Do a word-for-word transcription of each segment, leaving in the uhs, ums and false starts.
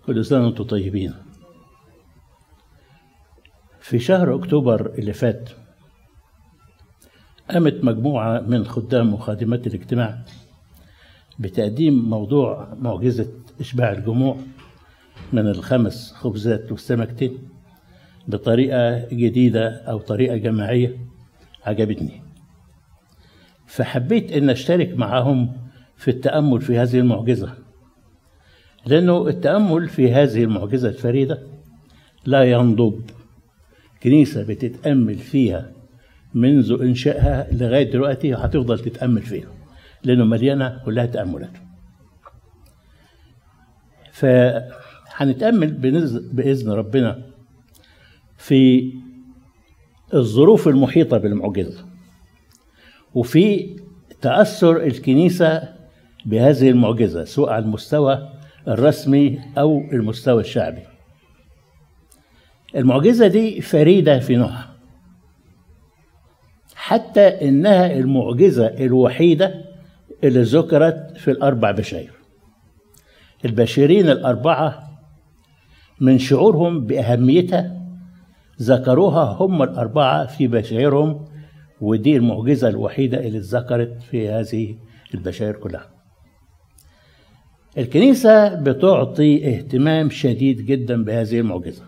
كل سنة وانتم طيبين. في شهر أكتوبر اللي فات قامت مجموعة من خدام وخادمات الاجتماع بتقديم موضوع معجزة إشباع الجموع من الخمس خبزات والسمكتين بطريقة جديدة أو طريقة جماعية عجبتني، فحبيت أن أشترك معهم في التأمل في هذه المعجزة، لأنه التأمل في هذه المعجزة الفريدة لا ينضب. كنيسة بتتأمل فيها منذ إنشائها لغاية دلوقتي هتفضل تتأمل فيها، لأنه مليانة كلها تأملات. فهنتأمل بإذن ربنا في الظروف المحيطة بالمعجزة، وفي تأثر الكنيسة بهذه المعجزة سواء على المستوى الرسمي أو المستوى الشعبي. المعجزة دي فريدة في نوعها، حتى إنها المعجزة الوحيدة اللي ذكرت في الأربع بشاير. البشيرين الأربعة من شعورهم بأهميتها ذكروها هم الأربعة في بشايرهم، ودي المعجزة الوحيدة اللي اتذكرت في هذه البشاير كلها. الكنيسة بتعطي اهتمام شديد جدا بهذه المعجزة،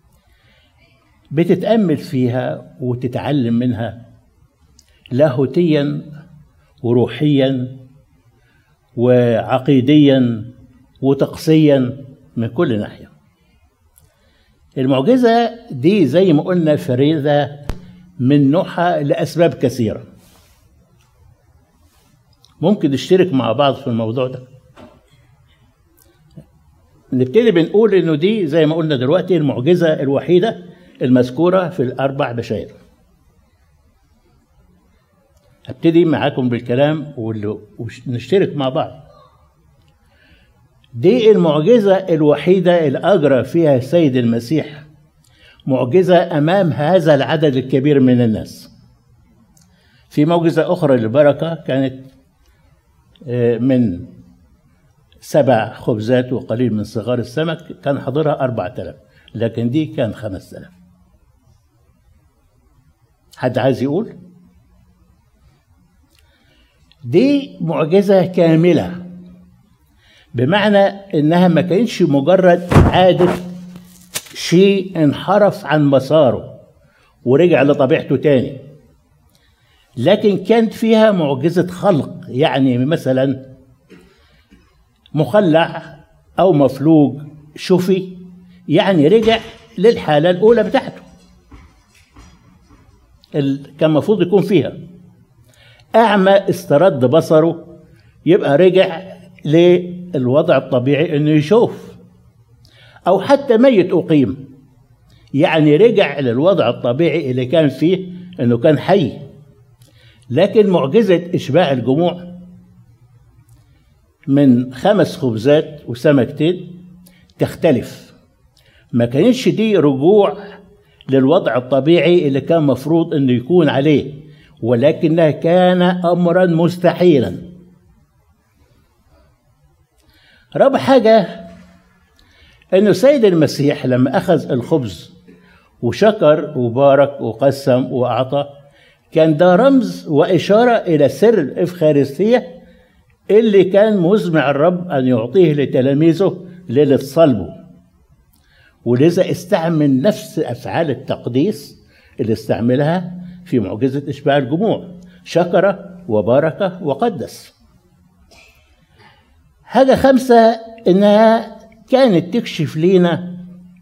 بتتأمل فيها وتتعلم منها لاهوتيا وروحيا وعقيديا وطقسيا من كل ناحية. المعجزة دي زي ما قلنا فريدة من نوعها لأسباب كثيرة. ممكن نشترك مع بعض في الموضوع ده. نبتدي بنقول إنه دي زي ما قلنا دلوقتي المعجزة الوحيدة المذكورة في الأربع بشاير. هبتدي معاكم بالكلام ونشترك مع بعض. دي المعجزة الوحيدة اللي أجرى فيها السيد المسيح معجزة أمام هذا العدد الكبير من الناس. في معجزة أخرى للبركة كانت من سبع خبزات وقليل من صغار السمك، كان حضرها أربعة آلاف، لكن دي كان خمسة آلاف. حد عايز يقول؟ دي معجزة كاملة، بمعنى إنها ما كانش مجرد عادة شيء انحرف عن مساره ورجع لطبيعته تاني، لكن كانت فيها معجزة خلق. يعني مثلا مخلع أو مفلوج شفي، يعني رجع للحالة الأولى بتاعته كان المفروض يكون فيها. أعمى استرد بصره، يبقى رجع للوضع الطبيعي إنه يشوف. أو حتى ميت أقيم، يعني رجع للوضع الطبيعي اللي كان فيه إنه كان حي. لكن معجزة إشباع الجموع من خمس خبزات وسمكتين تختلف. ما كانش دي رجوع للوضع الطبيعي اللي كان مفروض إنه يكون عليه، ولكنها كان أمرا مستحيلا. رابع حاجة إنه سيد المسيح لما أخذ الخبز وشكر وبارك وقسم وأعطى، كان ده رمز وإشارة إلى سر الإفخارستية اللي كان مزمع الرب أن يعطيه لتلاميذه ليلة صلبه. ولذا استعمل نفس أفعال التقديس اللي استعملها في معجزة إشباع الجموع، شكر وبارك وقدس. حاجة خمسة إنها كانت تكشف لنا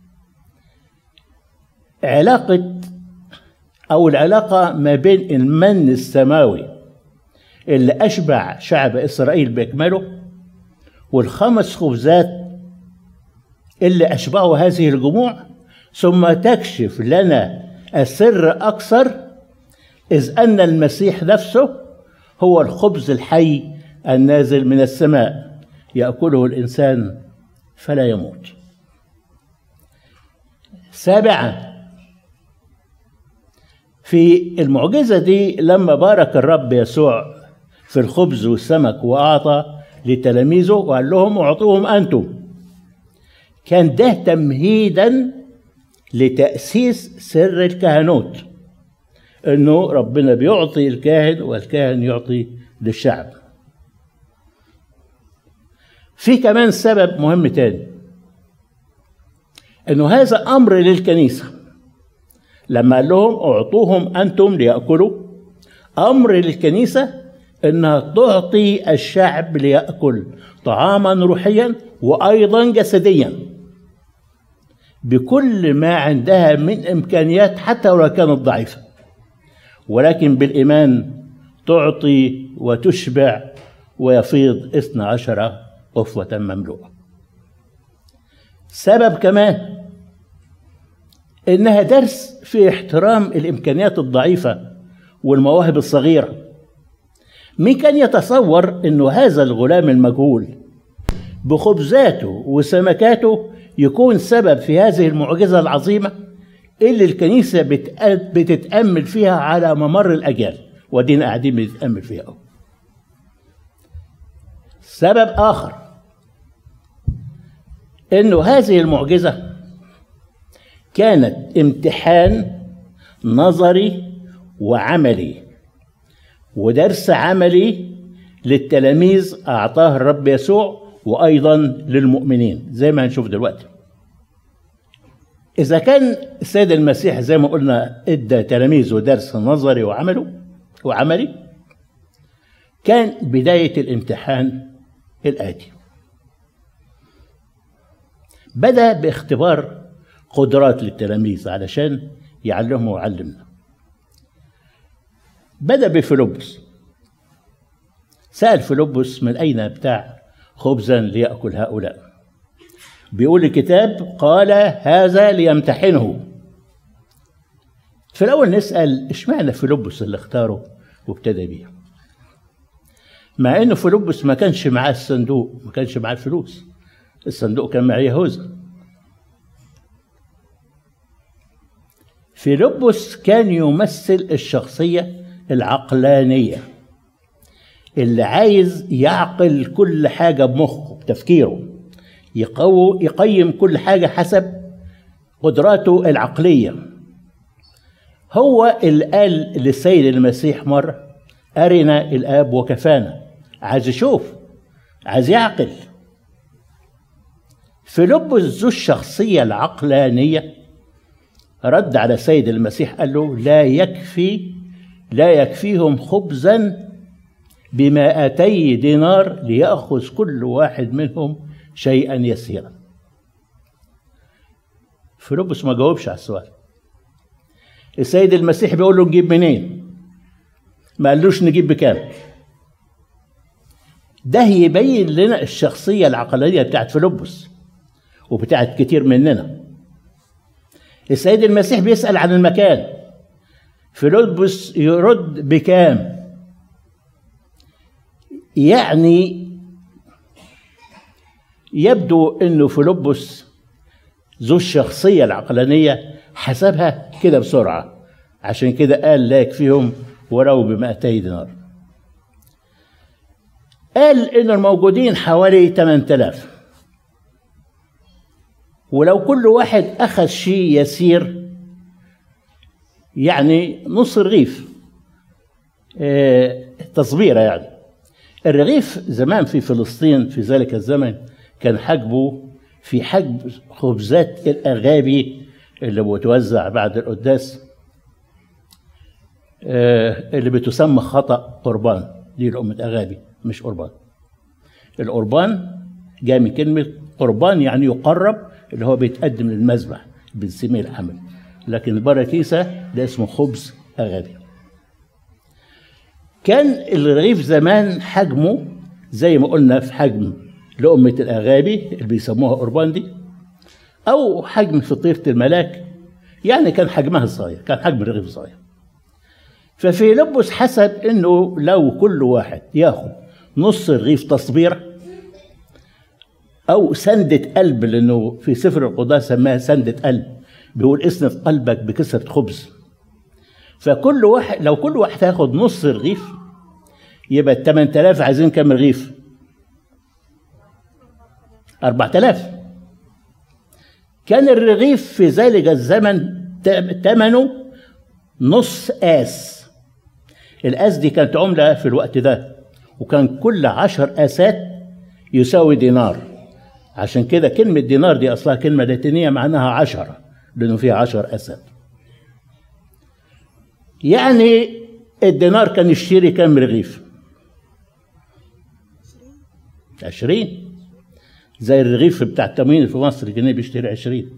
علاقة أو العلاقة ما بين المن السماوي اللي أشبع شعب إسرائيل بإكمله والخمس خبزات اللي أشبعوا هذه الجموع، ثم تكشف لنا السر أكثر، إذ أن المسيح نفسه هو الخبز الحي النازل من السماء يأكله الإنسان فلا يموت. سابعا، في المعجزة دي لما بارك الرب يسوع في الخبز والسمك وأعطى لتلاميذه وقال لهم اعطوهم أنتم، كان ده تمهيدا لتأسيس سر الكهنوت، انه ربنا بيعطي الكاهن والكاهن يعطي للشعب. في كمان سبب مهم تاني، انه هذا امر للكنيسة. لما قال لهم اعطوهم انتم ليأكلوا، امر للكنيسة انها تعطي الشعب ليأكل طعاما روحيا وايضا جسديا بكل ما عندها من امكانيات حتى ولو كانت ضعيفة، ولكن بالايمان تعطي وتشبع ويفيض اثنى عشر قفوة مملوءة. سبب كمان انها درس في احترام الامكانيات الضعيفة والمواهب الصغيرة. مين كان يتصور انه هذا الغلام المجهول بخبزاته وسمكاته يكون سبب في هذه المعجزة العظيمة اللي الكنيسة بتتأمل فيها على ممر الأجيال، ودينا قاعدين بنتأمل فيها أهو. سبب آخر إنه هذه المعجزة كانت امتحان نظري وعملي ودرس عملي للتلاميذ أعطاه الرب يسوع وأيضا للمؤمنين زي ما هنشوف دلوقتي. إذا كان السيد المسيح زي ما قلنا إدى تلاميذه درس نظري وعمله وعملي، كان بداية الامتحان الآتي. بدأ باختبار قدرات للتلاميذ علشان يعلمهم ويعلمنا. بدأ بفيلبس. سأل فيلبس من أين بتاع خبزا ليأكل هؤلاء؟ بيقول الكتاب قال هذا ليمتحنه. في الأول نسأل اشمعنى فيلبس اللي اختاره وابتدى بيه، مع إنه فيلبس ما كانش معاه الصندوق، ما كانش معاه الفلوس، الصندوق كان مع يهوذا. فيلبس كان يمثل الشخصية العقلانية اللي عايز يعقل كل حاجة بمخه بتفكيره، يقو يقيم كل حاجة حسب قدراته العقلية. هو اللي قال للسيد المسيح مرة أرنا الآب وكفانا، عايز يشوف، عايز يعقل. فيلبس ذو الشخصية العقلانية رد على السيد المسيح قال له لا يكفي لا يكفيهم خبزا بمائتي دينار ليأخذ كل واحد منهم شيئا يسيرا. فيلبس ما جاوبش على السؤال. السيد المسيح بيقول له نجيب منين؟ ما قالوش نجيب بكام. ده يبين لنا الشخصية العقلانية بتاعت فيلبس وبتاعت كتير مننا. السيد المسيح بيسأل عن المكان، فيلبس يرد بكام. يعني يبدو انه فيلبس ذو الشخصية العقلانية حسبها كده بسرعة، عشان كده قال لا يكفيهم ولو بمائتي دينار. قال ان الموجودين حوالي ثمانية آلاف، ولو كل واحد اخذ شيء يسير يعني نص رغيف، اه تصبيره. يعني الرغيف زمان في فلسطين في ذلك الزمن كان حجمه في حجم خبزات الأغابي اللي بتوزع بعد القداس، اللي بتسمى خطأ قربان. دي لقمة أغابي مش قربان. القربان جاي من كلمة قربان يعني يقرب، اللي هو بيتقدم للمذبح بنسميه الحمل، لكن البراكيسة ده اسمه خبز أغابي. كان الرغيف زمان حجمه زي ما قلنا في حجم لقمة الأغابي اللي بيسموها قربان دي، أو حجم فطيرة الملاك، يعني كان حجمها صغير، كان حجم الرغيف صغير. ففيلبس حسب إنه لو كل واحد ياخد نص رغيف تصبيرة أو سندة قلب، لأنه في سفر القضاء سماها سندة قلب، بيقول اسند قلبك بكسرة خبز. فكل واحد لو كل واحد هياخد نص رغيف يبقى ال ثمانية آلاف عايزين كام رغيف؟ أربعة آلاف. كان الرغيف في ذلك الزمن ثمنه نص آس. الآس دي كانت عملة في الوقت ده، وكان كل عشر آسات يساوي دينار. عشان كده كلمة دينار دي أصلها كلمة لاتينية معناها عشرة، لأنه فيها عشر آسات. يعني الدينار كان يشتري كام رغيف؟ عشرين. زي الرغيف بتاع التموين في مصر الجنيه بيشتري عشرين.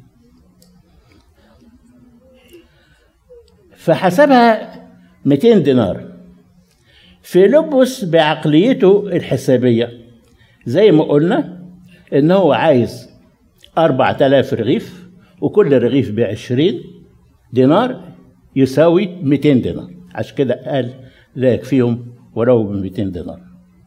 فحسبها مئتين دينار. فيلبس بعقليته الحسابية زي ما قلنا إن هو عايز أربعة آلاف رغيف، وكل رغيف بعشرين دينار يساوي مئتين دينار. عشان كده قال لا يكفيهم ولو ب مئتين دينار.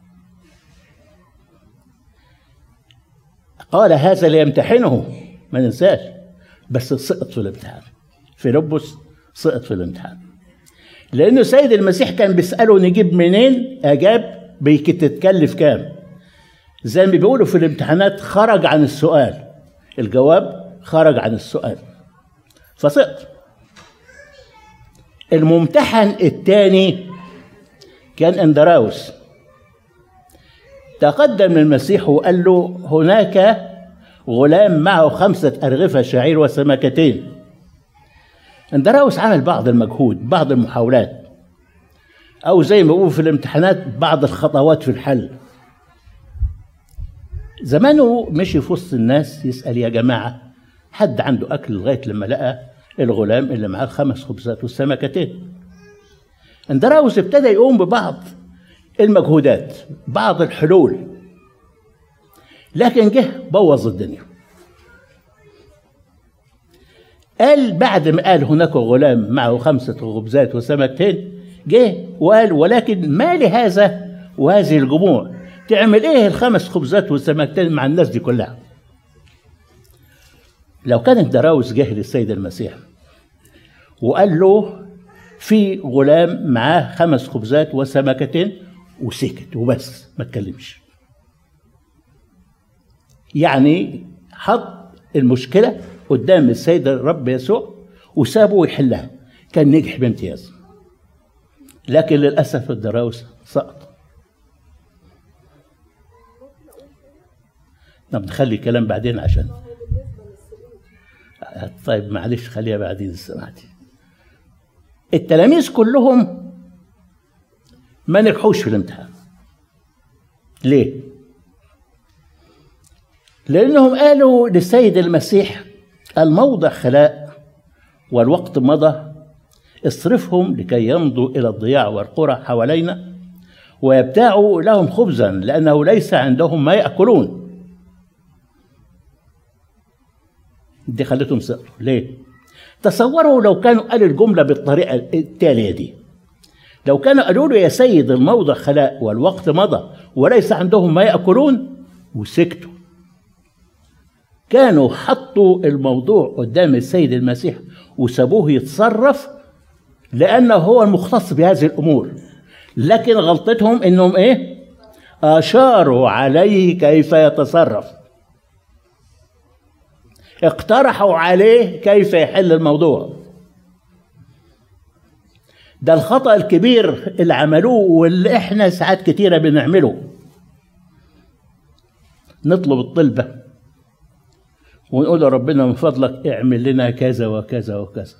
قال هذا ليمتحنه، ما ننساش، بس سقط في الامتحان. فيلبس سقط في الامتحان لأنه سيد المسيح كان بيسأله نجيب منين، أجاب بتتكلف كام. زي ما بيقولوا في الامتحانات خرج عن السؤال، الجواب خرج عن السؤال فسقط. الممتحن الثاني كان اندراوس. تقدم المسيح وقال له هناك غلام معه خمسة أرغفة شعير وسمكتين. اندراوس عمل بعض المجهود، بعض المحاولات، أو زي ما بيقولوا في الامتحانات بعض الخطوات في الحل. زمانه مشي في وسط الناس يسأل يا جماعة حد عنده أكل، لغاية لما لقى الغلام اللي معاه الخمس خبزات والسمكتين. اندراوس ابتدى يقوم ببعض المجهودات، بعض الحلول، لكن جه بوظ الدنيا. قال بعد ما قال هناك غلام معه خمسة خبزات وسمكتين، جه وقال ولكن ما لهذا وهذه الجموع، تعمل ايه الخمس خبزات والسمكتين مع الناس دي كلها؟ لو كان اندراوس جه للسيد المسيح وقال له في غلام معاه خمس خبزات وسمكتين وسكت وبس ما اتكلمش، يعني حط المشكلة قدام السيد الرب يسوع وسابه يحلها، كان نجح بامتياز. لكن للأسف اندراوس سقط. طب نخلي الكلام بعدين عشان طيب معلش خليها بعدين سمعتي. التلاميذ كلهم ما نجحوش في الامتحان. ليه؟ لأنهم قالوا للسيد المسيح الموضع خلاء والوقت مضى، اصرفهم لكي يمضوا إلى الضياع والقرى حوالينا ويبتاعوا لهم خبزا لأنه ليس عندهم ما يأكلون. دي خلتهم سقطوا. ليه؟ تصوروا لو كانوا قالوا الجملة بالطريقة التالية دي، لو كانوا قالوا له يا سيد الموضع خلاء والوقت مضى وليس عندهم ما يأكلون وسكتوا، كانوا حطوا الموضوع قدام السيد المسيح وسابوه يتصرف لأنه هو المختص بهذه الأمور. لكن غلطتهم إنهم إيه؟ أشاروا عليه كيف يتصرف، اقترحوا عليه كيف يحل الموضوع. ده الخطأ الكبير اللي عملوه واللي احنا ساعات كتيرة بنعمله. نطلب الطلبة ونقول يا ربنا من فضلك اعمل لنا كذا وكذا وكذا،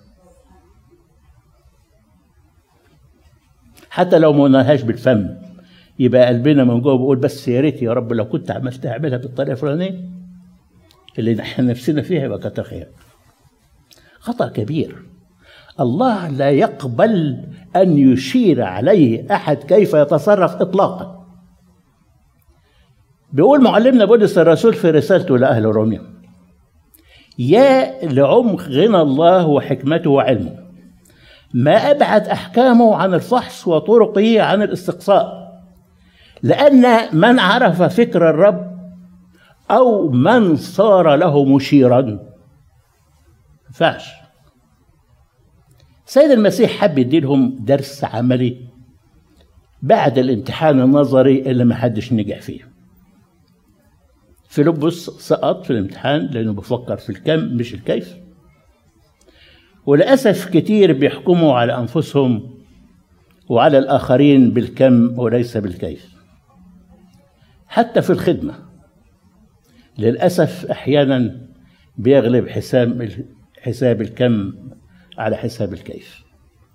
حتى لو ما قلناهاش بالفم يبقى قلبنا من جوه بيقول بس يا ريت يا رب لو كنت عملت اعملها بالطريقه الفلانيه اللي احنا نفسنا فيها يبقى كتر خير. خطأ كبير. الله لا يقبل أن يشير عليه أحد كيف يتصرف إطلاقا. بيقول معلمنا بولس الرسول في رسالته لأهل روميا: يا لعمق غنى الله وحكمته وعلمه، ما أبعد أحكامه عن الفحص وطرقه عن الاستقصاء، لأن من عرف فكر الرب أو من صار له مشيرا ما ينفعش. سيد المسيح حب يديلهم درس عملي بعد الامتحان النظري اللي ما حدش نجح فيه. فيلبس سقط في الامتحان لأنه بفكر في الكم مش الكيف. وللأسف كتير بيحكموا على أنفسهم وعلى الآخرين بالكم وليس بالكيف. حتى في الخدمة للأسف أحيانا بيغلب حساب حساب الكم على حساب الكيف.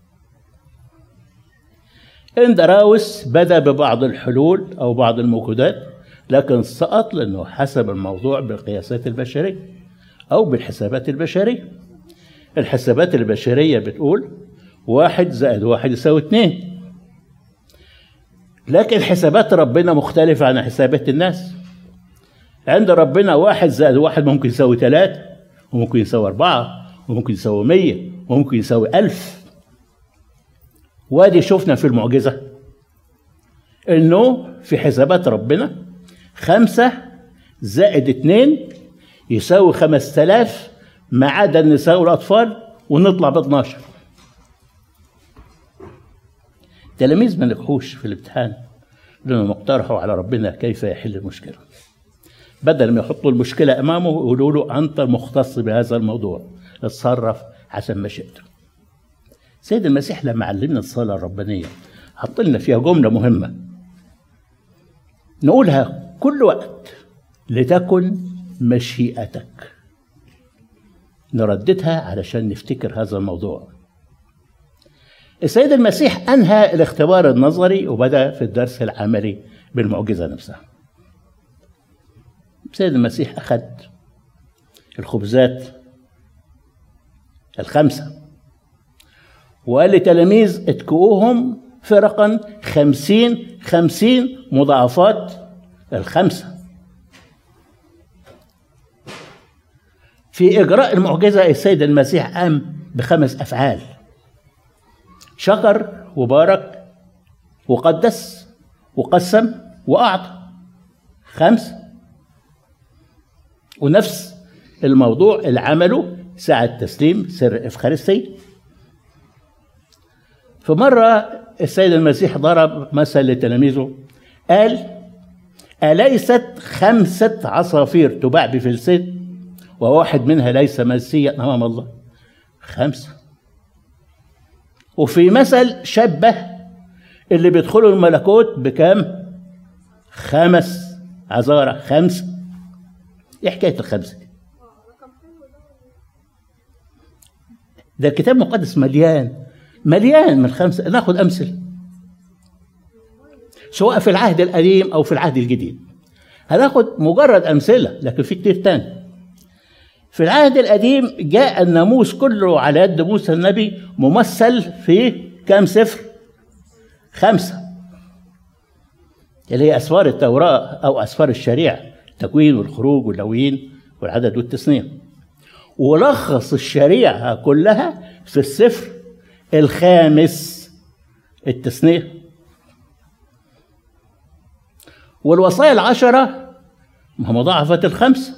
اندراوس بدأ ببعض الحلول أو بعض الموجودات، لكن سقط لأنه حسب الموضوع بالقياسات البشرية أو بالحسابات البشرية. الحسابات البشرية بتقول واحد زائد واحد يساوي اتنين، لكن حسابات ربنا مختلفة عن حسابات الناس. عند ربنا واحد زائد واحد ممكن يساوي ثلاثة، وممكن يساوي أربعة، وممكن يساوي مية، وممكن يساوي ألف. وادي شفنا في المعجزة إنه في حسابات ربنا خمسة زائد اتنين يساوي خمسة آلاف ما عدا النساء والأطفال، ونطلع ب اتناشر. تلاميذ ما نجحوش في الامتحان لأنهم اقترحوا على ربنا كيف يحل المشكلة، بدل ما يحطوا المشكلة أمامه ويقولوا له أنت مختص بهذا الموضوع، اتصرف حسب ما شئت. سيد المسيح لما علمنا الصلاة الربانية حط لنا فيها جملة مهمة نقولها كل وقت: لتكن مشيئتك. نرددها علشان نفتكر هذا الموضوع. السيد المسيح أنهى الاختبار النظري وبدأ في الدرس العملي بالمعجزة نفسها. السيد المسيح أخذ الخبزات الخمسة وقال لتلاميذ اتكؤوهم فرقا خمسين خمسين مضاعفات الخمسة. في إجراء المعجزة السيد المسيح قام بخمس أفعال: شكر وبارك وقدس وقسم وأعطى. خمسة. ونفس الموضوع اللي عمله ساعة تسليم سر إفخارستي. فمرة السيد المسيح ضرب مثل لتلاميذه قال: أليست خمسة عصافير تباع بفلسين وواحد منها ليس مسيا أمام الله؟ خمسة. وفي مثل شبه اللي بيدخلوا الملكوت بكام؟ خمس عذارى. خمسة. ايه حكاية الخمسة دي؟ ده الكتاب المقدس مليان مليان من الخمسة. ناخد أمثلة سواء في العهد القديم أو في العهد الجديد. هناخد مجرد أمثلة، لكن في كتير تاني. في العهد القديم جاء الناموس كله على يد موسى النبي ممثل في كام سفر؟ خمسة، اللي هي أسفار التوراة أو أسفار الشريعة: التكوين والخروج واللويين والعدد والتثنية. ولخص الشريعة كلها في السفر الخامس، التثنية. والوصايا العشرة مضاعفة الخمسة.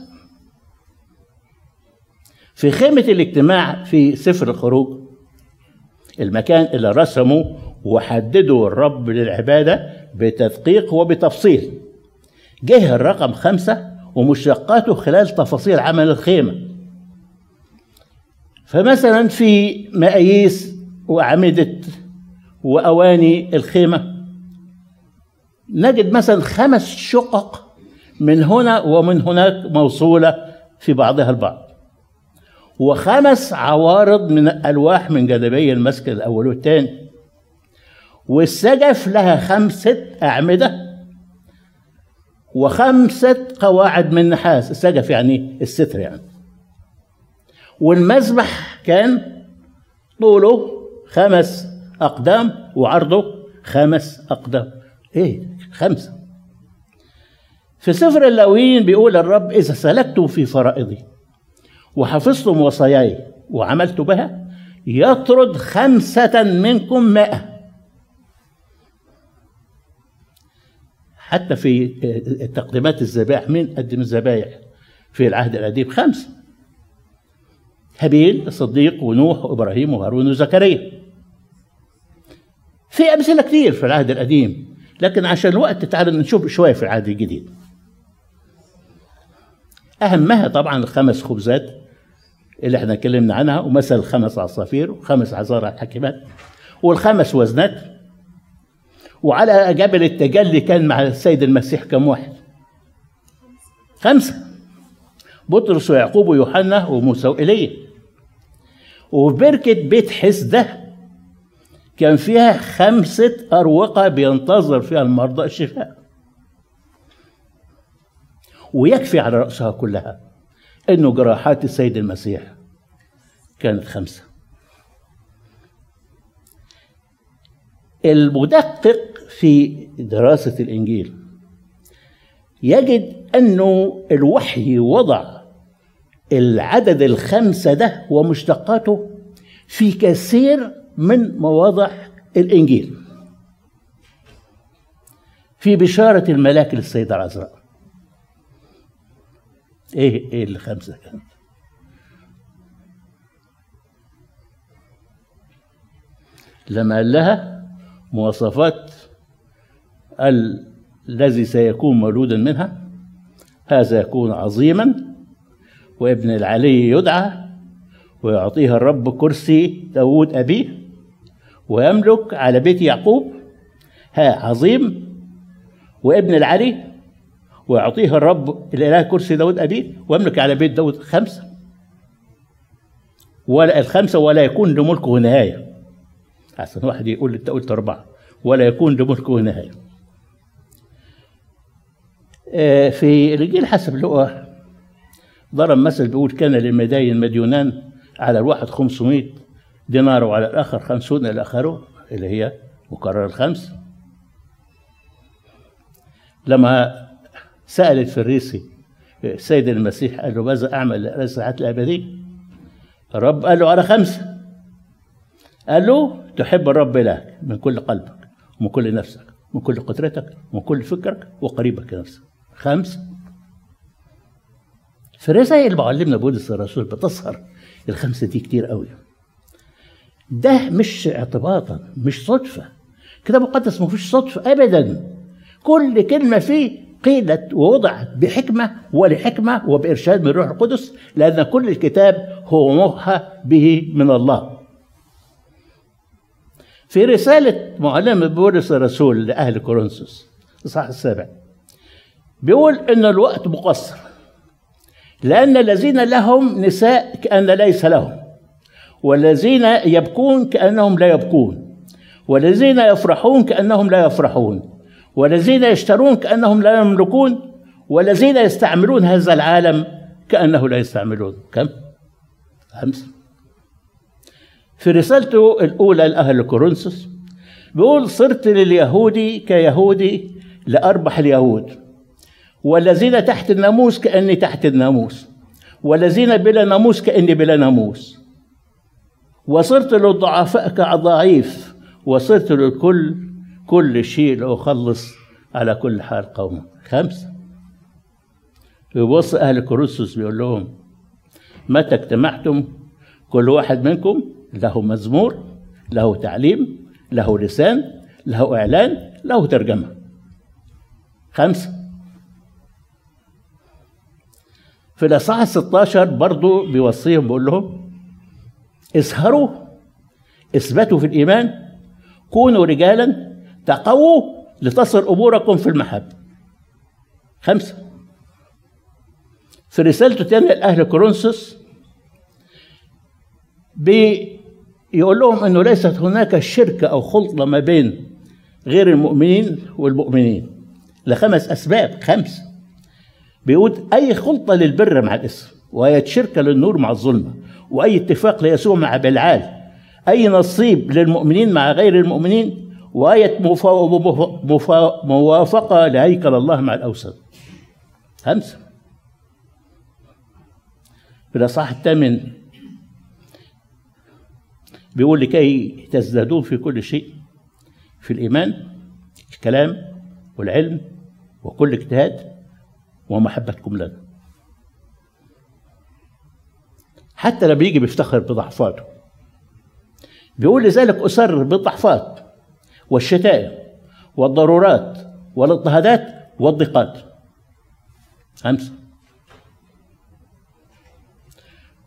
في خيمة الاجتماع في سفر الخروج، المكان اللي رسموا وحددوا الرب للعبادة بتدقيق وبتفصيل، جه الرقم خمسة ومشتقاته خلال تفاصيل عمل الخيمة. فمثلا في مقاييس وأعمدة وأواني الخيمة نجد مثلا خمس شقق من هنا ومن هناك موصولة في بعضها البعض، وخمس عوارض من الألواح من جانبي المسك الأول والثاني، والسقف لها خمسة أعمدة وخمسة قواعد من نحاس. السقف يعني الستر يعني. والمذبح كان طوله خمس أقدام وعرضه خمس أقدام. إيه؟ خمسة. في سفر اللاويين بيقول الرب: إذا سلكتم في فرائضي وحفظتم وصاياي وعملت بها يطرد خمسة منكم مائة. حتى في تقديمات الذبائح، مين قدم الذبائح في العهد القديم؟ خمسة: هابيل الصديق ونوح وإبراهيم وهارون وزكريا. في أمثلة كتير في العهد القديم، لكن عشان الوقت تعالوا نشوف شوية في العهد الجديد. أهمها طبعا الخمس خبزات اللي احنا اتكلمنا عنها، ومثل الخمس عصافير وخمس عذارى الحكيمات والخمس وزنات. وعلى جبل التجلي كان مع السيد المسيح كم واحد؟ خمسة، بطرس ويعقوب ويوحنا وموسى وإيليا. وفي بركة بيت حسدة كان فيها خمسة أروقة بينتظر فيها المرضى الشفاء، ويكفي على رأسها كلها إنه جراحات السيد المسيح كانت خمسة. المدقق في دراسة الإنجيل يجد أنه الوحي وضع العدد الخمسة ده ومشتقاته في كثير من مواضع الإنجيل. في بشارة الملاك للسيدة العذراء، إيه إيه الخمسة كانت؟ لما قال لها مواصفات الذي سيكون مولودا منها، هذا يكون عظيما وابن العلي يدعى ويعطيها الرب كرسي داود أبيه ويملك على بيت يعقوب، ها عظيم وابن العلي ويعطيها الرب الإله كرسي داود أبيه ويملك على بيت داود. خمسة، ولا الخمسة ولا يكون لملكه نهاية. أحسن واحد يقول أنت قلت أربعة، ولا يكون لملكه نهاية. في الإنجيل حسب لقا ضرب مثل بيقول كان للمداين مديونان، على الواحد خمسمائة دينار وعلى الآخر خمسون إلى آخره، اللي هي مكرر الخمس. لما سأل الفريسي السيد المسيح قال له ماذا أعمل للساعات الأبدية؟ الرب قال له على خمسة. قال له تحب الرب إلهك من كل قلبك ومن كل نفسك ومن كل قدرتك ومن كل فكرك وقريبك كنفسك. خمسة. في رسائل معلمنا بولس الرسول بتظهر الخمسة دي كتير قوي. ده مش اعتباطا، مش صدفة. كتاب مقدس ما فيش صدفة أبدا. كل كلمة فيه قيلت ووضعت بحكمة ولحكمة وبإرشاد من الروح القدس، لأن كل الكتاب هو موحى به من الله. في رسالة معلم بولس الرسول لأهل كورنثوس الإصحاح السابع بيقول إن الوقت مقصر، لأن الذين لهم نساء كأن ليس لهم، والذين يبكون كأنهم لا يبكون، والذين يفرحون كأنهم لا يفرحون، والذين يشترون كأنهم لا يملكون، والذين يستعملون هذا العالم كأنه لا يستعملون. كم؟ خمسة. في رسالته الأولى لأهل كورنثوس بيقول صرت لليهودي كيهودي لأربح اليهود، والذين تحت الناموس كأني تحت الناموس، والذين بلا ناموس كأني بلا ناموس، وصرت للضعفاء كضعيف، وصرت للكل كل شيء لأخلص على كل حال قوما. خمسة. يبص أهل كورنثوس بيقول لهم متى اجتمعتم كل واحد منكم له مزمور، له تعليم، له لسان، له إعلان، له ترجمة. خمسة. في الإصحاح الستاشر برضو بيوصيهم بيقول لهم اسهروا، اثبتوا في الإيمان، كونوا رجالا، تقووا لتصل أموركم في المحبة. خمسة. في رسالته الثانية لأهل كورنثوس بيقول لهم أنه ليست هناك شركة أو خلطة ما بين غير المؤمنين والمؤمنين لخمس أسباب. خمسة. بيقول أي خلطة للبر مع الإثم، وأي شركة للنور مع الظلمة، وأي اتفاق ليسوع مع بلعال، أي نصيب للمؤمنين مع غير المؤمنين، وآية موافقة لهيكل الله مع الأوثان. خمسة. في الإصحاح الثامن بيقول لكي تزدادون في كل شيء، في الإيمان، الكلام والعلم وكل اجتهاد ومحبتكم لنا. حتى لما يجي بيفتخر بضعفاته بيقول لذلك أسر بالضعفات والشتائم والضرورات والاضطهادات والضيقات. خمسة.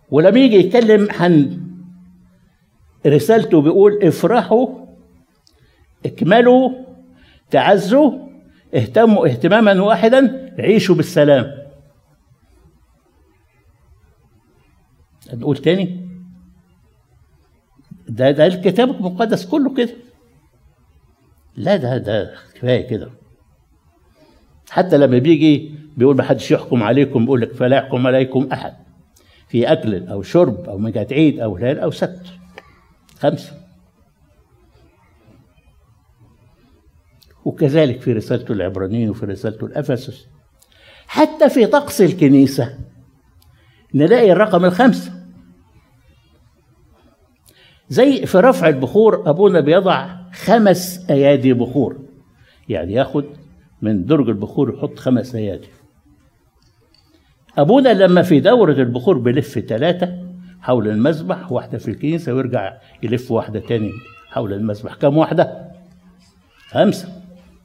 ولما يجي يتكلم عن رسالته بيقول افرحوا، اكملوا، تعزوا، اهتموا اهتماما واحدا، عيشوا بالسلام. نقول تاني، ده ده الكتاب المقدس كله كده. لا ده ده كفايه كده. حتى لما بيجي بيقول ما حدش يحكم عليكم، بيقول لك فلا يحكم عليكم احد في اكل او شرب او مجاة عيد او هلال او سبت. خمسه. وكذلك في رسالته العبرانيين وفي رسالته الافسس. حتى في طقس الكنيسه نلاقي الرقم الخمسه. زي في رفع البخور ابونا بيضع خمس ايادي بخور، يعني ياخد من درج البخور يحط خمس ايادي. ابونا لما في دوره البخور بيلف ثلاثه حول المذبح، واحده في الكنيسه، ويرجع يلف واحده تاني حول المذبح. كم واحده؟ خمسه.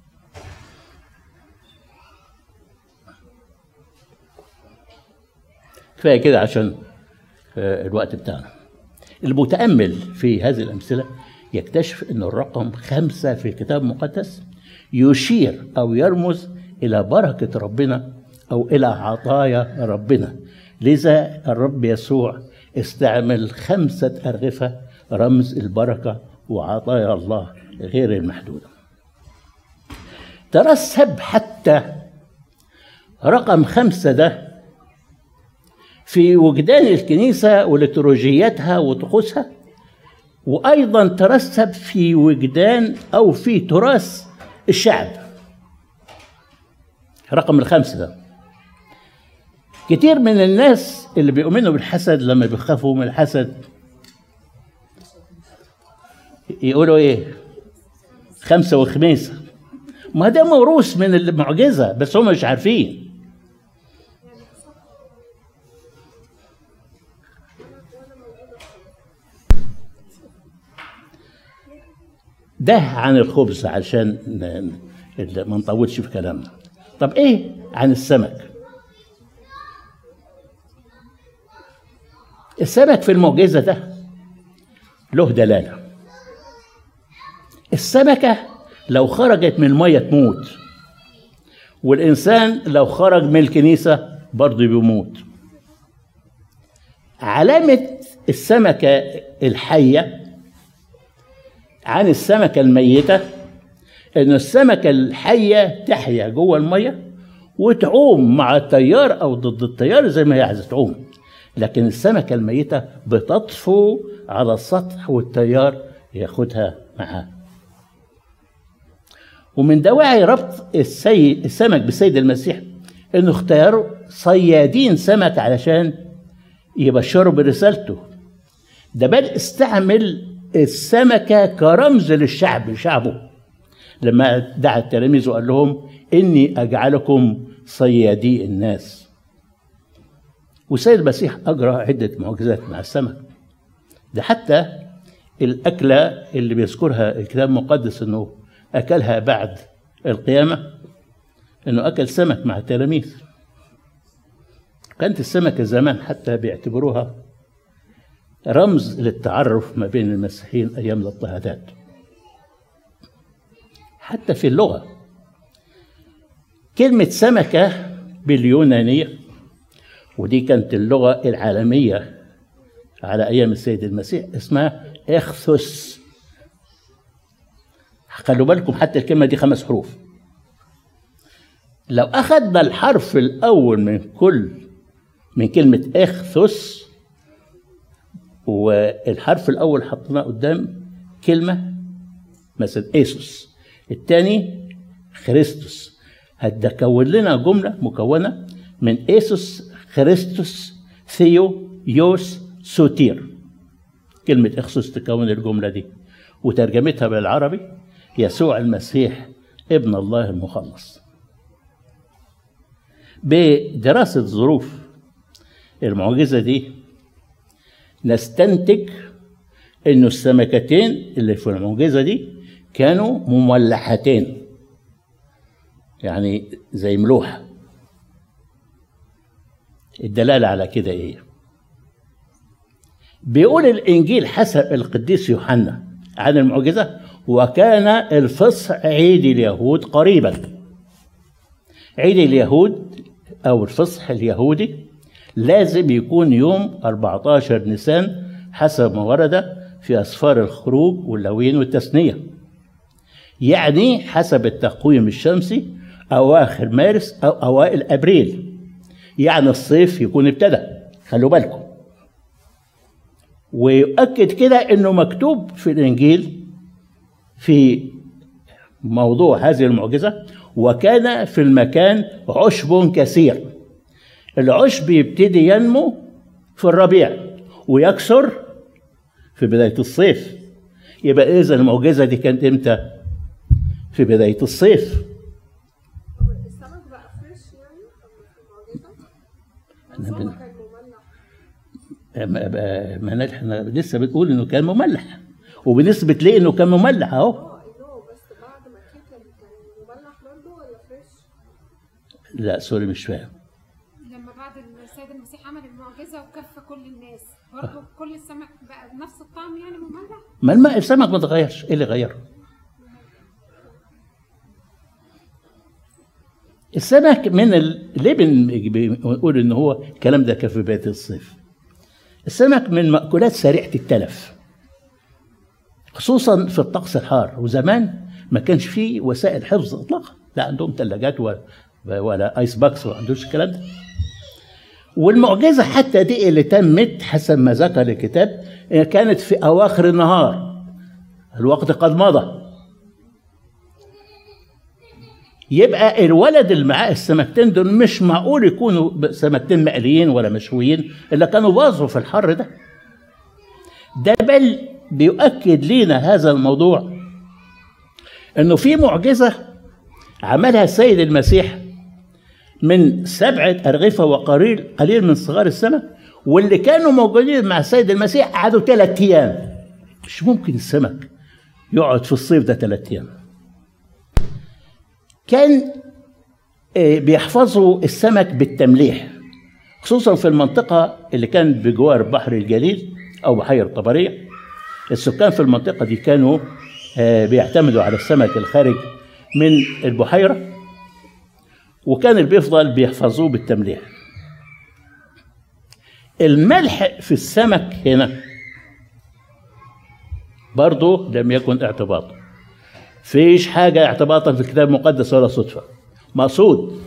كفايه كده عشان الوقت بتاعنا. المتامل في هذه الامثله يكتشف ان الرقم خمسه في الكتاب المقدس يشير او يرمز الى بركه ربنا او الى عطايا ربنا. لذا الرب يسوع استعمل خمسه ارغفه رمز البركه وعطايا الله غير المحدوده. ترسب حتى رقم خمسه ده في وجدان الكنيسة وليتورجيتها وطقوسها، وأيضا ترسب في وجدان أو في تراث الشعب. رقم الخمسة ده كتير من الناس اللي بيؤمنوا بالحسد لما بيخافوا من الحسد يقولوا إيه؟ خمسة وخميسة. ما ده موروث من المعجزة بس هم مش عارفين. ده عن الخبز عشان ما نطولش في كلامنا. طب ايه عن السمك؟ السمك في المعجزة ده له دلالة. السمكة لو خرجت من المية تموت، والإنسان لو خرج من الكنيسة برضه بيموت. علامة السمكة الحية عن السمكة الميتة إن السمكة الحية تحيا جوه المية وتعوم مع التيار أو ضد التيار زي ما هي عايزة تعوم، لكن السمكة الميتة بتطفو على السطح والتيار ياخدها معاه. ومن دواعي ربط السيد السمك بالسيد المسيح إنه اختاروا صيادين سمك علشان يبشروا برسالته. ده بل استعمل السمكة كرمز للشعب، شعبه، لما دعا التلاميذ وقال لهم إني أجعلكم صيادي الناس. والسيد المسيح أجرى عدة معجزات مع السمك. ده حتى الأكلة اللي بيذكرها الكتاب المقدس إنه أكلها بعد القيامة، إنه أكل سمك مع التلاميذ. كانت السمكة زمان حتى بيعتبروها رمز للتعرف ما بين المسيحيين أيام الاضطهادات. حتى في اللغة كلمة سمكة باليونانية، ودي كانت اللغة العالمية على أيام السيد المسيح، اسمها إخثوس. خلوا بالكم حتى الكلمة دي خمس حروف. لو أخذنا الحرف الأول من كل من كلمة إخثوس والحرف الأول حطيناه قدام كلمة مثلا إيسوس، الثاني خريستوس، هتكون لنا جملة مكونة من إيسوس، خريستوس، ثيو، يوس، سوتير. كلمة إخسوس تكون الجملة دي، وترجمتها بالعربي يسوع المسيح ابن الله المخلص. بدراسة ظروف المعجزة دي نستنتج إنه السمكتين اللي في المعجزة دي كانوا مملحتين، يعني زي ملوحة. الدلالة على كده إيه؟ بيقول الإنجيل حسب القديس يوحنا عن المعجزة: وكان الفصح عيد اليهود قريبا. عيد اليهود أو الفصح اليهودي لازم يكون يوم أربعة عشر نيسان حسب ما ورد في أسفار الخروج واللاويين والتثنية، يعني حسب التقويم الشمسي أواخر مارس أو أوائل أبريل، يعني الصيف يكون ابتدى. خلوا بالكم. ويؤكد كده إنه مكتوب في الإنجيل في موضوع هذه المعجزة: وكان في المكان عشب كثير. العشب يبتدي ينمو في الربيع ويكسر في بداية الصيف. يبقى إذا المعجزة دي كانت إمتى؟ في بداية الصيف. السمك بقى فريش يعني في المعجزة؟ السمك كان مملح. ما احنا لسه بتقول إنه كان مملح، وبنسبة ليه إنه كان مملح أهو. اه بس بعد ما كان كان مملح برضه ولا فريش؟ لا سوري مش فاهم. لما بعد السيد المسيح عمل المعجزة وكفى كل الناس برضه كل السمك بقى بنفس الطعم يعني مملح؟ ما الماء السمك ما اتغيرش، ايه اللي غيره؟ السمك من ال... ليه بنقول ان هو الكلام ده كان في بداية الصيف؟ السمك من مأكولات سريعة التلف، خصوصا في الطقس الحار، وزمان ما كانش فيه وسائل حفظ اطلاقا، لا عندهم ثلاجات ولا ولا ايس باكس، وما عندوش الكلام ده. والمعجزة حتى دي اللي تمت حسب ما ذكر الكتاب كانت في أواخر النهار، الوقت قد مضى. يبقى الولد اللي معاه السمكتين دول مش معقول يكونوا سمكتين مقليين ولا مشويين، إلا كانوا باظوا في الحر ده. ده بل بيؤكد لنا هذا الموضوع إنه في معجزة عملها السيد المسيح من سبعة أرغفة وقليل قليل من صغار السمك، واللي كانوا موجودين مع السيد المسيح قعدوا ثلاث أيام. مش ممكن السمك يقعد في الصيف ده ثلاث أيام. كان بيحفظوا السمك بالتمليح، خصوصا في المنطقة اللي كانت بجوار بحر الجليل أو بحيرة طبرية. السكان في المنطقة دي كانوا بيعتمدوا على السمك الخارج من البحيرة، وكان اللي بيفضل بيحفظوه بالتمليح. الملح في السمك هنا برضه لم يكن اعتباطا، فيش حاجة اعتباطا في الكتاب المقدس ولا صدفة، مقصود.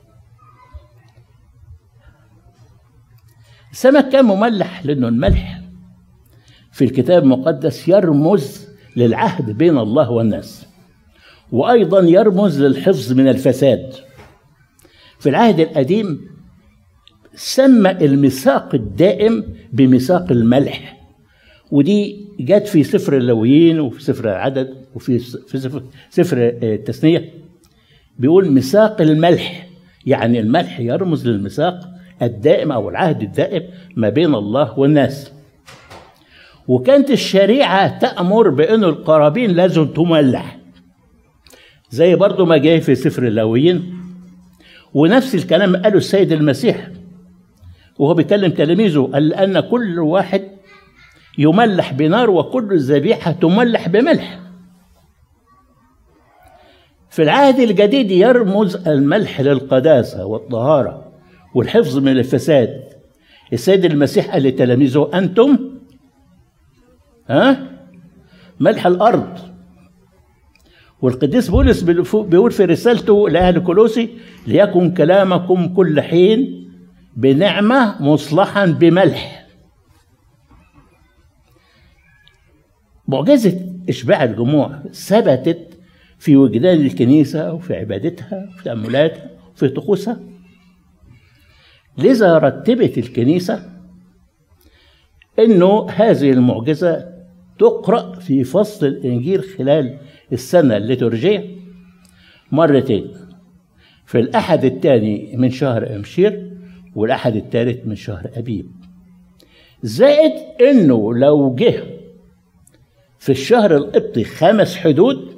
السمك كان مملح لأنه الملح في الكتاب المقدس يرمز للعهد بين الله والناس، وأيضا يرمز للحفظ من الفساد. في العهد القديم سمى الميثاق الدائم بميثاق الملح، ودي جت في سفر اللاويين وفي سفر العدد وفي في سفر, سفر التثنية. بيقول ميثاق الملح، يعني الملح يرمز للميثاق الدائم أو العهد الدائم ما بين الله والناس. وكانت الشريعة تأمر بأن القرابين لازم تملح، زي برضو ما جاي في سفر اللاويين. ونفس الكلام قاله السيد المسيح وهو بيكلم تلاميذه، قال أن كل واحد يملح بنار وكل الذبيحة تملح بملح. في العهد الجديد يرمز الملح للقداسة والطهارة والحفظ من الفساد. السيد المسيح قال لتلاميذه: أنتم ها ملح الأرض. والقديس بولس بيقول في رسالته لأهل كولوسي: ليكن كلامكم كل حين بنعمة مصلحا بملح. معجزة إشباع الجموع ثبتت في وجدان الكنيسة وفي عبادتها وفي تأملاتها وفي طقوسها. لذا رتبت الكنيسة إنه هذه المعجزة تقرأ في فصل الإنجيل خلال السنة الليتورجية مرتين، في الأحد الثاني من شهر أمشير والأحد الثالث من شهر أبيب. زائد إنه لو جه في الشهر القبطي خمس حدود،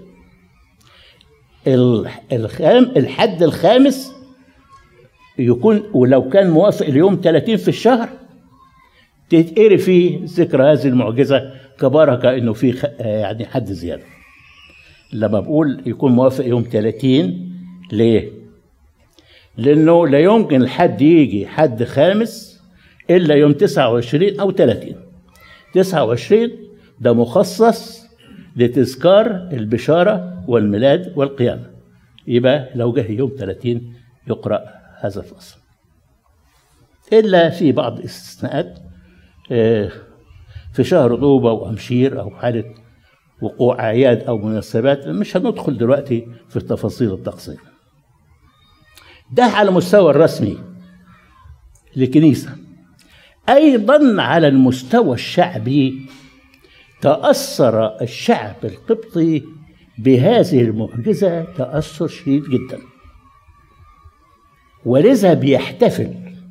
الخام الحد الخامس يكون، ولو كان موافق اليوم ثلاثين في الشهر تتقري فيه ذكر هذه المعجزة كبركة إنه في يعني حد زيادة. لما بقول يكون موافق يوم ثلاثين، ليه؟ لأنه لا يمكن الحد يجي حد خامس إلا يوم تسعة وعشرين أو ثلاثين. تسعة وعشرين ده مخصص لتذكار البشارة والميلاد والقيامة، يبقى لو جه يوم ثلاثين يقرأ هذا الفصل. إلا في بعض الاستثناءات في شهر طوبة وأمشير أو حالة وقوع أعياد أو مناسبات، مش هندخل دلوقتي في التفاصيل الطقسية. ده على مستوى الرسمي للكنيسة. أيضا على المستوى الشعبي تأثر الشعب القبطي بهذه المعجزة تأثر شديد جدا، ولذا بيحتفل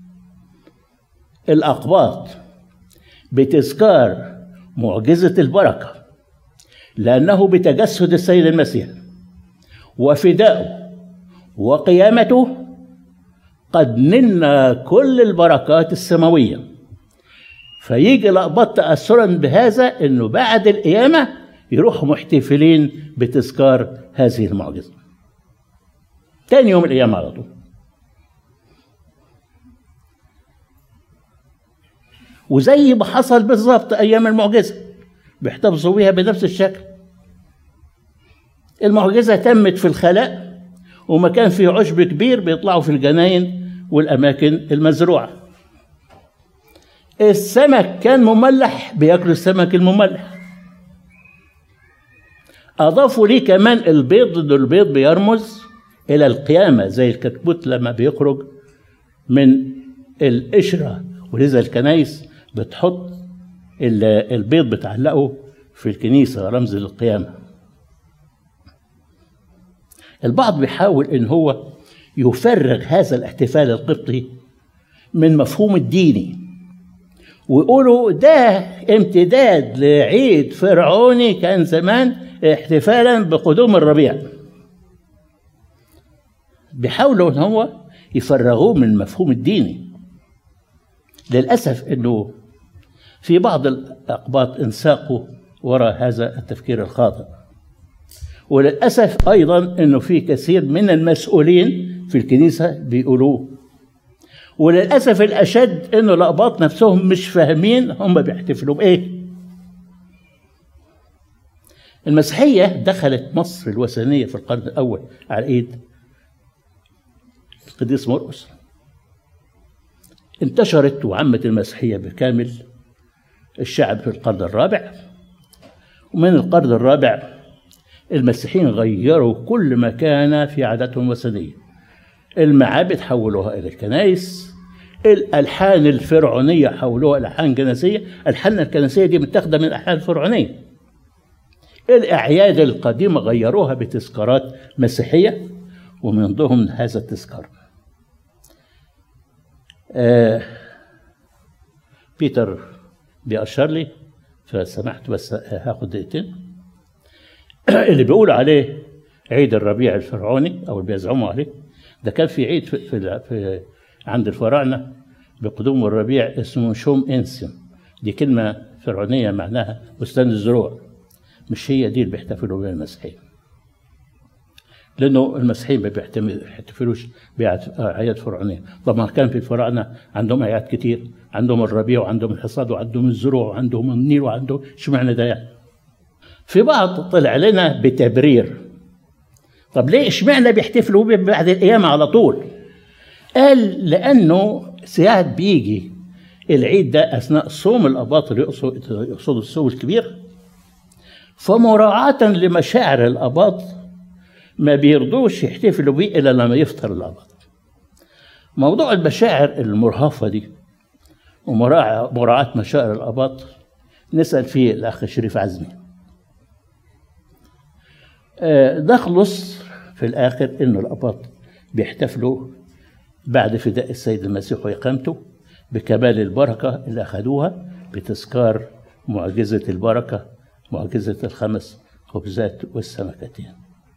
الأقباط بتذكار معجزة البركة، لأنه بتجسد السيد المسيح وفدائه وقيامته قد نلنا كل البركات السماوية. فيجي الأقباط تأثرا بهذا إنه بعد القيامة يروحوا محتفلين بتذكار هذه المعجزة تاني يوم القيامة على طول. وزي ما حصل بالظبط أيام المعجزة بيحتفظوا بيها بنفس الشكل. المعجزة تمت في الخلاء، ومكان فيه عشب كبير بيطلعوا في الجناين والأماكن المزروعة. السمك كان مملح، بياكلوا السمك المملح. أضافوا ليه كمان البيض، إنه البيض بيرمز إلى القيامة زي الكتكوت لما بيخرج من القشرة، ولذا الكنايس بتحط البيض بتعلقه في الكنيسة رمز للقيامة. البعض بيحاول إن هو يفرغ هذا الاحتفال القبطي من مفهوم الديني، ويقولوا ده امتداد لعيد فرعوني كان زمان احتفالا بقدوم الربيع. بيحاولوا ان هو يفرغوه من المفهوم الديني. للأسف انه في بعض الأقباط انساقوا وراء هذا التفكير الخاطئ، وللأسف أيضا انه في كثير من المسؤولين في الكنيسة بيقولوه. وللأسف الأشد إنه الأقباط نفسهم مش فاهمين هم بيحتفلوا بإيه. المسيحية دخلت مصر الوثنية في القرن الأول على إيد القديس مرقس. انتشرت وعمت المسيحية بكامل الشعب في القرن الرابع، ومن القرن الرابع المسيحيين غيروا كل ما كان في عاداتهم الوثنية. المعابد حولوها إلى الكنائس، الألحان الفرعونية حولوها إلى ألحان كنسية. الألحان الكنسية دي متاخدة من الألحان الفرعونية. الأعياد القديمة غيروها بتذكارات مسيحية، ومن ضمن هذا التذكار آه بيتر بيأشر لي، فسمحت بس هاخد دقيقتين. اللي بيقول عليه عيد الربيع الفرعوني أو اللي بيزعموا عليه، ده كان في عيد في, في, في عند الفراعنة بقدوم الربيع اسمه شوم إنسيوم. دي كلمة فرعونية معناها بستان الزروع، مش هي دي اللي بيحتفلوا بها المسيحيين، لأنه المسيحيين ما بيحتفلوش بأعياد فرعونية. طبعا كان في الفراعنة عندهم أعياد كتير، عندهم الربيع وعندهم الحصاد وعندهم الزروع وعندهم النيل وعندهم، اشمعنى ده يعني؟ في بعض طلع لنا بتبرير. طب ليه اشمعنى بيحتفلوا بيه بعد القيامة على طول؟ قال لأنه ساعات بيجي العيد ده أثناء صوم الأباطرة، يقصد الصوم الكبير، فمراعاة لمشاعر الأباط ما بيرضوش يحتفلوا بيه إلا لما يفطر الأباط. موضوع المشاعر المرهفة دي ومراعاة مشاعر الأباط نسأل فيه الأخ شريف عزمي. نخلص في الآخر إنه الأباط بيحتفلوا بعد فداء السيد المسيح وإقامته بكمال البركة اللي أخذوها بتذكار معجزة البركة، معجزة الخمس خبزات والسمكتين.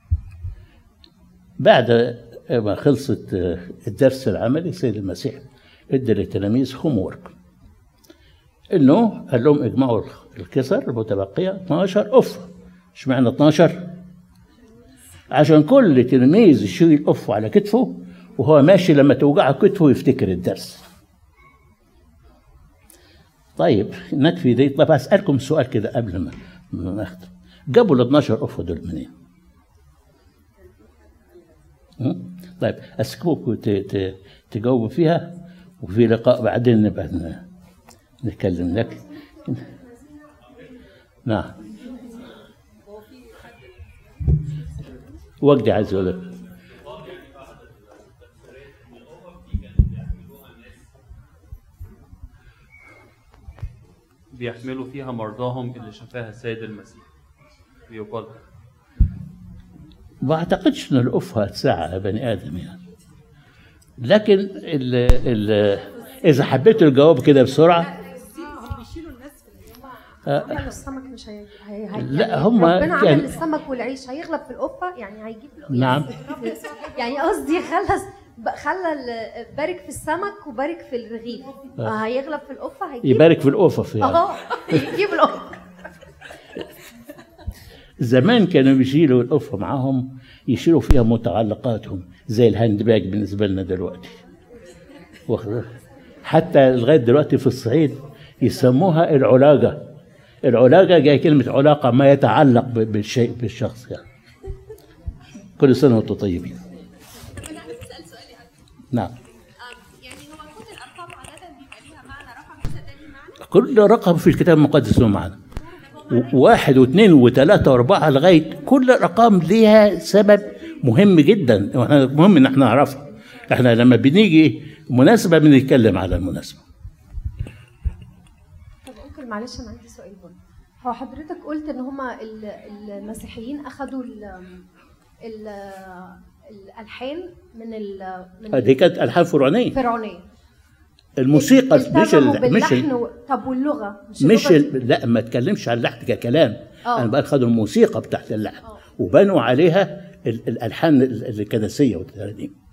بعد ما خلصت الدرس العملي السيد المسيح ادى للتلاميذ هوم وورك. انه قال لهم اجمعوا الكسر المتبقيه اتناشر قفه. اشمعنى اتناشر؟ عشان كل تلميذ يشيل قفه على كتفه وهو ماشي، لما توجعه كتفه يفتكر الدرس. طيب نكفي دي. طب اسالكم سؤال كده قبل ما نختم، جابوا ال اتناشر قفه دول منين؟ طيب اسكبوكوا تجاوبوا فيها، وفي لقاء بعدين نبقى نتكلم لك. نعم وجدي عايز اقول لك بيحملوا فيها مرضاهم اللي شفاها السيد المسيح. بيقال ما اعتقدش ان القفه هتساعد بني ادم يعني، لكن ال ال اذا حبيت الجواب كده بسرعه بيشيلوا الناس في آه. عمل السمك مش هي... هي... هي... لا يعني هم ربنا كان- عمل السمك والعيش هيغلب في القفه، يعني هيجيب له نعم. يعني قصدي خلص ب- خلى ال- بارك في السمك وبارك في الرغيف، آه. هيغلب في القفه هيجيب يبارك في القفف يعني. اه يجيب القفه. زمان كانوا بيشيلوا القفه معاهم، يشيلوا فيها متعلقاتهم زي الهاند باج بالنسبه لنا دلوقتي. واخد- حتى لغايه دلوقتي في الصعيد يسموها العلاجه. العلاجه جاي كلمه علاقه، ما يتعلق ب- بالشيء بالشخص يعني. كل سنه وانتم طيبين. انا عايز اسال سؤال يعني نعم. يعني هو كل الارقام عاده بيبقى ليها معنى، رقم كذا ده ليه معنى؟ كل رقم في الكتاب المقدس له معنى، واحد واثنين وثلاثة وأربعة لغاية كل الأرقام ليها سبب مهم جدا، واحنا مهم إن احنا نعرفها. احنا لما بنيجي مناسبة بنتكلم على المناسبة. طب ممكن معلش انا عندي سؤال برضه. هو حضرتك قلت ان هما ال- المسيحيين اخذوا ال ال الالحان من ال من دي كانت ألحان فرعونية. الفرعونيه، الموسيقى مش التزموا ال مش باللحن ال و... طب واللغه مش, مش اللغة دي؟ ال لا ما اتكلمش عن اللحن ككلام. آه. انا بقى خدوا الموسيقى بتاعت اللحن آه. وبنوا عليها ال- الالحان ال- الكنسيه والترانيم.